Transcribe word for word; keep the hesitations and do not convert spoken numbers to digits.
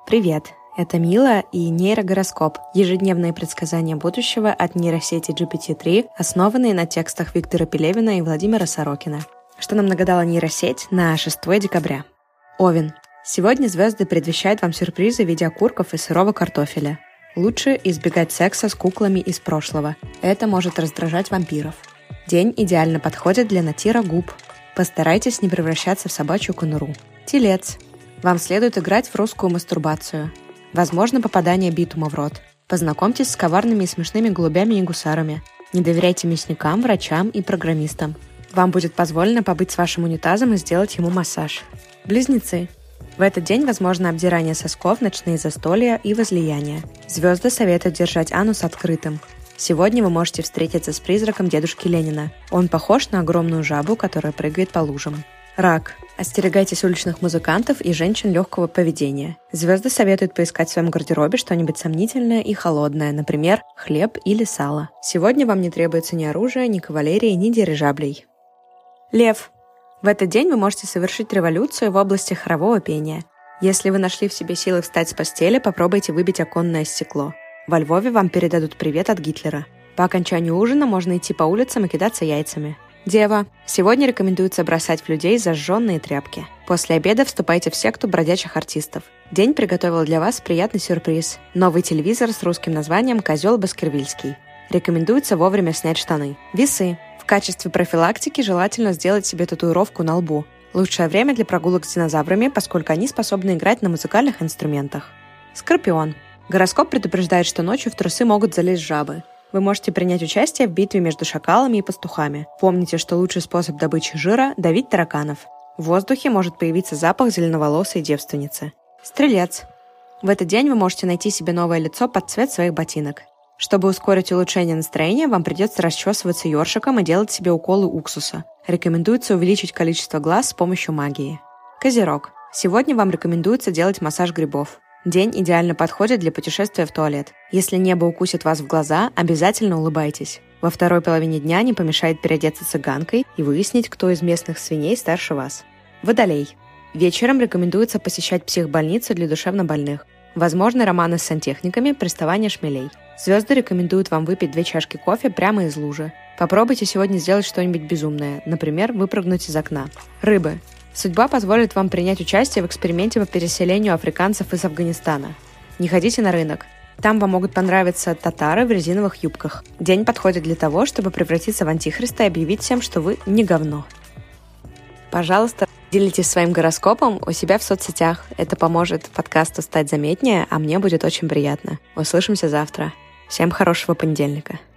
Привет! Это Мила и нейрогороскоп – ежедневные предсказания будущего от нейросети джи пи ти три, основанные на текстах Виктора Пелевина и Владимира Сорокина. Что нам нагадала нейросеть на шестое декабря? Овен. Сегодня звезды предвещают вам сюрпризы в виде окурков и сырого картофеля. Лучше избегать секса с куклами из прошлого. Это может раздражать вампиров. День идеально подходит для натира губ. Постарайтесь не превращаться в собачью конуру. Телец. Вам следует играть в русскую мастурбацию. Возможно попадание битума в рот. Познакомьтесь с коварными и смешными голубями и гусарами. Не доверяйте мясникам, врачам и программистам. Вам будет позволено побыть с вашим унитазом и сделать ему массаж. Близнецы. В этот день возможно обдирание сосков, ночные застолья и возлияния. Звезды советуют держать анус открытым. Сегодня вы можете встретиться с призраком дедушки Ленина. Он похож на огромную жабу, которая прыгает по лужам. Рак. Остерегайтесь уличных музыкантов и женщин легкого поведения. Звезды советуют поискать в своем гардеробе что-нибудь сомнительное и холодное, например, хлеб или сало. Сегодня вам не требуется ни оружия, ни кавалерии, ни дирижаблей. Лев. В этот день вы можете совершить революцию в области хорового пения. Если вы нашли в себе силы встать с постели, попробуйте выбить оконное стекло. Во Львове вам передадут привет от Гитлера. По окончанию ужина можно идти по улицам и кидаться яйцами. Дева. Сегодня рекомендуется бросать в людей зажженные тряпки. После обеда вступайте в секту бродячих артистов. День приготовил для вас приятный сюрприз. Новый телевизор с русским названием «Козел Баскервильский». Рекомендуется вовремя снять штаны. Весы. В качестве профилактики желательно сделать себе татуировку на лбу. Лучшее время для прогулок с динозаврами, поскольку они способны играть на музыкальных инструментах. Скорпион. Гороскоп предупреждает, что ночью в трусы могут залезть жабы. Вы можете принять участие в битве между шакалами и пастухами. Помните, что лучший способ добычи жира – давить тараканов. В воздухе может появиться запах зеленоволосой девственницы. Стрелец. В этот день вы можете найти себе новое лицо под цвет своих ботинок. Чтобы ускорить улучшение настроения, вам придется расчесываться ёршиком и делать себе уколы уксуса. Рекомендуется увеличить количество глаз с помощью магии. Козерог. Сегодня вам рекомендуется делать массаж грибов. День идеально подходит для путешествия в туалет. Если небо укусит вас в глаза, обязательно улыбайтесь. Во второй половине дня не помешает переодеться цыганкой и выяснить, кто из местных свиней старше вас. Водолей. Вечером рекомендуется посещать психбольницу для душевнобольных. Возможны романы с сантехниками, приставание шмелей. Звезды рекомендуют вам выпить две чашки кофе прямо из лужи. Попробуйте сегодня сделать что-нибудь безумное, например, выпрыгнуть из окна. Рыбы. Судьба позволит вам принять участие в эксперименте по переселению африканцев из Афганистана. Не ходите на рынок. Там вам могут понравиться татары в резиновых юбках. День подходит для того, чтобы превратиться в антихриста и объявить всем, что вы не говно. Пожалуйста, делитесь своим гороскопом у себя в соцсетях. Это поможет подкасту стать заметнее, а мне будет очень приятно. Услышимся завтра. Всем хорошего понедельника.